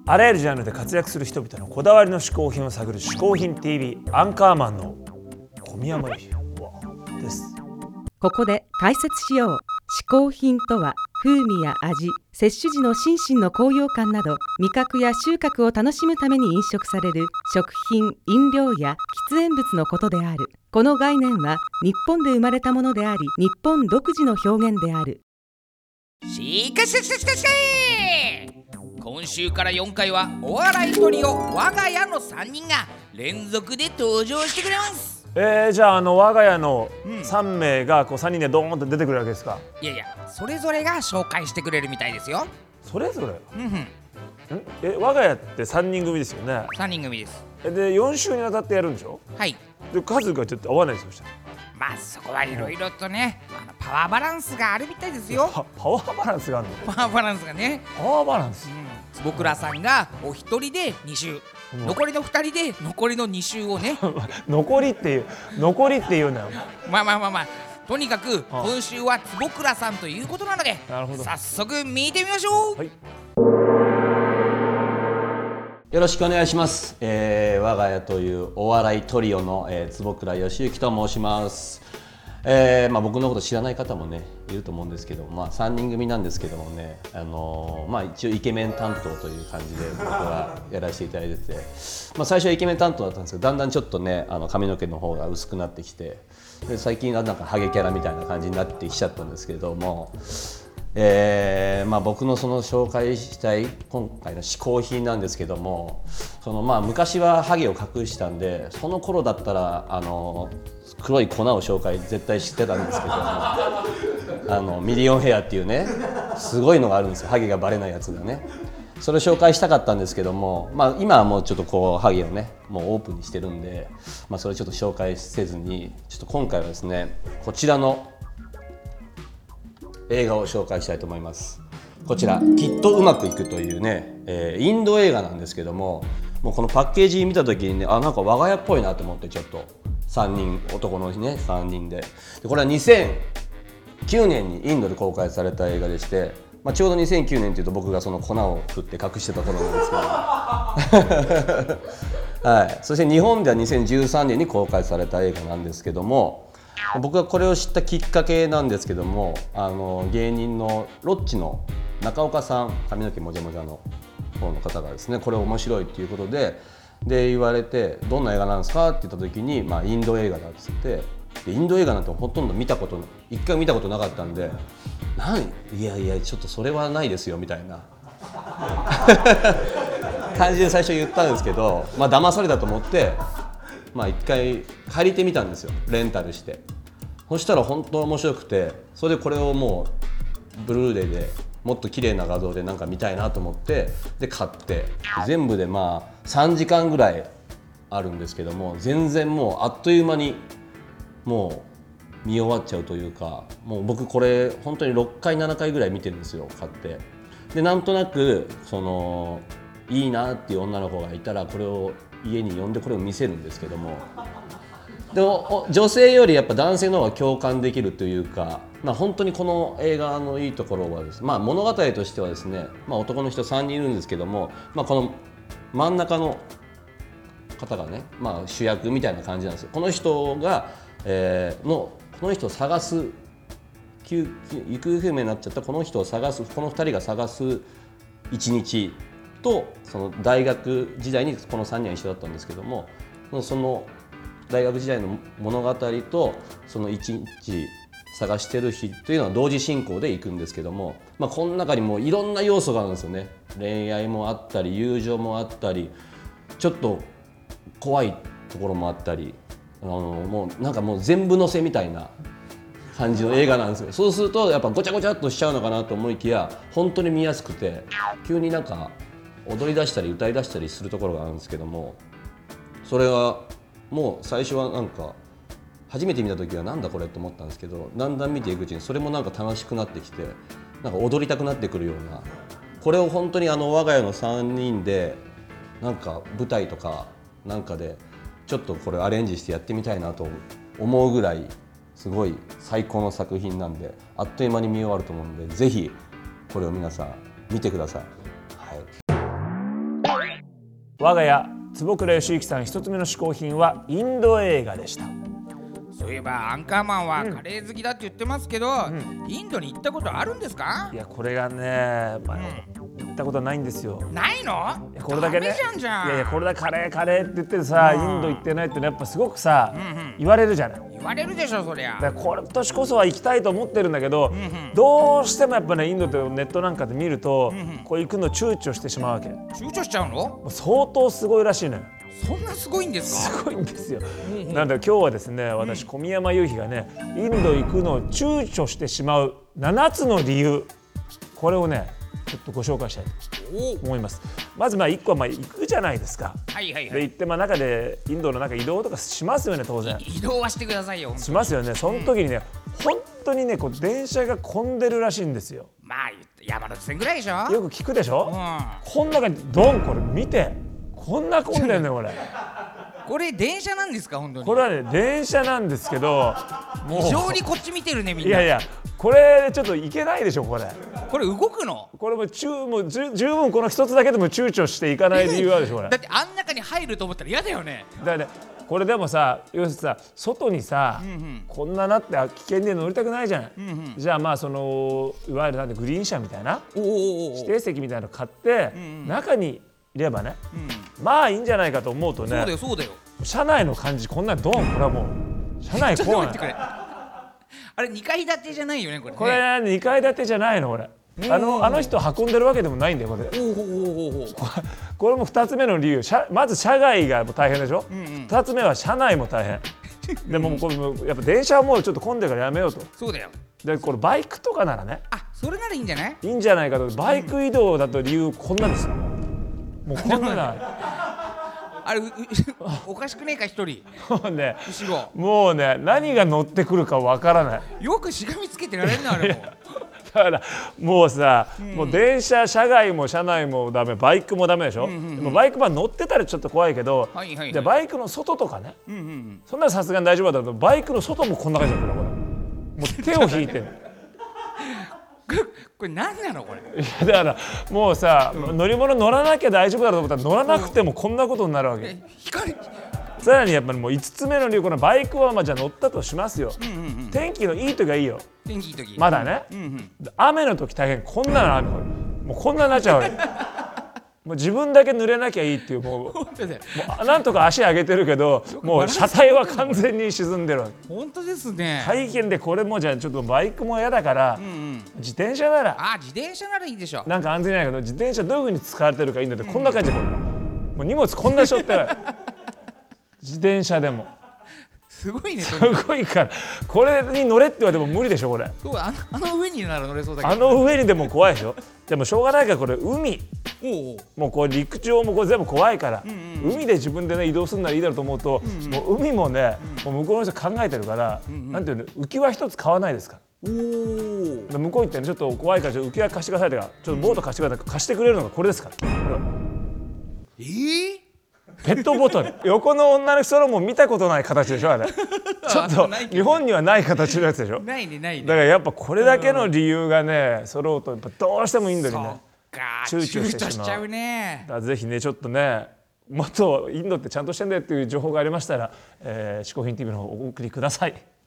あらゆるジャンルで活躍する人々のこだわりの嗜好品を探る嗜好品 TV アンカーマンの小宮山由です。 ここで解説しよう。嗜好品とは風味や味、摂取時の心身の高揚感など味覚や収穫を楽しむために飲食される食品、飲料や喫煙物のことである。この概念は日本で生まれたものであり、日本独自の表現である。 しかし今週から4回はお笑いトリオ我が家の3人が連続で登場してくれます。 じゃあ我が家の3名がこう3人でドーンと出てくるわけですか？ いやそれぞれが紹介してくれるみたいですよ。 それぞれ？我が家って3人組ですよね。 3人組です。 で4週にわたってやるんでしょ？ はい。 で数がちょっと合わないですよ。 まあそこはいろいろとね、パワーバランスがあるみたいですよ。 パワーバランスがあるの？ パワーバランスがね。 パワーバランス。 坪倉さんがお一人で2週、残りの2人で残りの2週をね残りっていうなよ。 まあとにかく今週は坪倉さんということなので、早速見てみましょう。はい、 よろしくお願いします。我が家というお笑いトリオの、坪倉義之と申します。僕のこと知らない方もねいると思うんですけど、3人組なんですけどもね、一応イケメン担当という感じで僕はやらせていただいてて、最初はイケメン担当だったんですけど、だんだんちょっとね髪の毛の方が薄くなってきて、で最近はなんかハゲキャラみたいな感じになってきちゃったんですけれども、僕のその紹介したい今回の嗜好品なんですけども、昔はハゲを隠したんで、その頃だったら黒い粉を紹介絶対してたんですけどミリオンヘアっていうねすごいのがあるんですよ。ハゲがバレないやつがね、それを紹介したかったんですけども、今はもうちょっとこうハゲをねもうオープンにしてるんで、それちょっと紹介せずに、ちょっと今回はですねこちらの映画を紹介したいと思います。こちらきっとうまくいくというね、インド映画なんですけども、もうこのパッケージ見た時にね、なんか我が家っぽいなと思って、ちょっと3人男のね3人で、これは2009年にインドで公開された映画でして、ちょうど2009年というと僕がその粉を振って隠してた頃なんですけどはい、そして日本では2013年に公開された映画なんですけども、僕がこれを知ったきっかけなんですけども、芸人のロッチの中岡さん、髪の毛もじゃもじゃの方の方がですね、これ面白いっていうことで言われて、どんな映画なんですかって言った時に、インド映画だっつって、インド映画なんてほとんど一回見たことなかったんで、いやちょっとそれはないですよみたいな感じで最初言ったんですけど、騙されたと思って一回借りてみたんですよ、レンタルして。そしたら本当面白くて、それでこれをもうブルーレイでもっと綺麗な画像でなんか見たいなと思って、で買って、全部で3時間ぐらいあるんですけども、全然もうあっという間にもう見終わっちゃうというか、もう僕これ本当に6回7回ぐらい見てるんですよ、買って。でなんとなくいいなっていう女の子がいたら、これを家に呼んでこれを見せるんですけども、でも女性よりやっぱ男性の方が共感できるというか、本当にこの映画のいいところはですね、物語としてはですね、男の人3人いるんですけども、この真ん中の方がね、主役みたいな感じなんですよ。この人が、この人を探す、行方不明になっちゃったこの人を探す、この2人が探す一日と、その大学時代にこの3人は一緒だったんですけども、その大学時代の物語とその一日探してる日というのは同時進行で行くんですけども、この中にもいろんな要素があるんですよね。恋愛もあったり、友情もあったり、ちょっと怖いところもあったり、もうなんかもう全部載せみたいな感じの映画なんですよ。そうするとやっぱごちゃごちゃっとしちゃうのかなと思いきや、本当に見やすくて、急になんか踊り出したり歌い出したりするところがあるんですけども、それはもう最初はなんか初めて見た時はなんだこれと思ったんですけど、だんだん見ていくうちにそれもなんか楽しくなってきて、なんか踊りたくなってくるような、これを本当に我が家の3人でなんか舞台とかなんかでちょっとこれアレンジしてやってみたいなと思うぐらいすごい最高の作品なんで、あっという間に見終わると思うんで、ぜひこれを皆さん見てください。はい。 我が家坪倉義之さん一つ目の嗜好品はインド映画でした。 そういえばアンカーマンはカレー好きだって言ってますけど、インドに行ったことあるんですか？ いやこれがね、行ったことはないんですよ。 ないの？ これだけね、 ダメじゃんじゃん。 いやこれだカレーって言ってさ、インド行ってないってやっぱすごくさ、言われるじゃない。 言われるでしょそりゃ。 だから今年こそは行きたいと思ってるんだけど、どうしてもやっぱねインドってネットなんかで見ると、こう行くの躊躇してしまうわけ。 躊躇しちゃうの？ もう相当すごいらしいのよ。 そんなすごいんですか？ すごいんですよ。なので今日はですね、私小宮山雄飛がねインド行くのを躊躇してしまう7つの理由、これをねちょっとご紹介したいと思います。まず1個は行くじゃないですか。で行って中でインドの中移動とかしますよね、当然。 移動はしてくださいよ。 しますよね。その時にね、本当にねこう電車が混んでるらしいんですよ。 まあ山手線ぐらいでしょ。 よく聞くでしょ。こん中にドン、これ見て、こんな混んでるねこれ。 これ電車なんですか本当に？ これはね電車なんですけど、もう非常にこっち見てるねみんな。 いやこれちょっといけないでしょこれ。 これ動くの？ これも十分この一つだけでも躊躇していかない理由あるでしょこれ。 だってあん中に入ると思ったら嫌だよね。 だからね、これでもさ、要するにさ外にさ、こんななって危険で乗りたくないじゃん。じゃあそのいわゆるなんでグリーン車みたいな指定席みたいなの買って、中にいればね、いいんじゃないかと思うとね。 そうだよ。 車内の感じこんなドン、これはもう車内こうなんあれ2階建てじゃないよねこれね。 これ2階建てじゃないのこれ。あの人運んでるわけでもないんだよこれ。これも2つ目の理由。まず車外がもう大変でしょ。2つ目は車内も大変。でもこれやっぱ電車はもうちょっと混んでるからやめようと。 そうだよ。 でこれバイクとかならね、 それならいいんじゃない？ いいんじゃないかと。バイク移動だと理由こんなんですよ。もうこんなあれおかしくねえか一人。 ね、 後ろもうね何が乗ってくるかわからない。 よくしがみつけてられんなあれも。 だからもうさ、もう電車、車外も車内もダメ、バイクもダメでしょ。でもバイク乗ってたらちょっと怖いけど、じゃあバイクの外とかね、そんなさすがに大丈夫だと。バイクの外もこんな感じだから、これもう手を引いてる。 これ何なのこれ。 いやだからもうさ、乗り物乗らなきゃ大丈夫だと思ったら乗らなくてもこんなことになるわけ。さらにやっぱりもう5つ目の理由、このバイクはじゃあ乗ったとしますよ。天気のいい時はいいよ。 天気いい時まだね。雨の時大変。こんなの雨、これもうこんなになっちゃうわけ。もう自分だけ濡れなきゃいいっていう、もうなんとか足上げてるけど、もう車体は完全に沈んでるわけ。 本当ですね。 大変で、これもじゃあちょっとバイクも嫌だから、自転車なら自転車ならいいでしょ。 なんか安全ないけど、自転車どういう風に使われてるかいいんだって。こんな感じで、もう荷物こんなしょってない。自転車でもすごいね。 すごいから、これに乗れって言われても無理でしょこれ。 あの上になら乗れそうだけど。 あの上にでも怖いでしょ。でもしょうがないから、これ海、もうこう陸上もこれ全部怖いから、海で自分でね移動するならいいだろうと思うと、もう海もね、もう向こうの人考えてるから、なんていうの、浮き輪一つ買わないですから。向こう行ってね、ちょっと怖いから浮き輪貸してくださいとか、ちょっとボート貸してください、貸してくれるのがこれですから。ペットボトル。横の女の人のも見たことない形でしょあれ。ちょっと日本にはない形のやつでしょ。 ないねないね。 だからやっぱこれだけの理由がね揃うと、やっぱどうしてもインドにね躊躇してしまう。 ちゃうね。 だからぜひね、ちょっとね、もっとインドってちゃんとしてんだよっていう情報がありましたら、嗜好品 TV の方お送りください。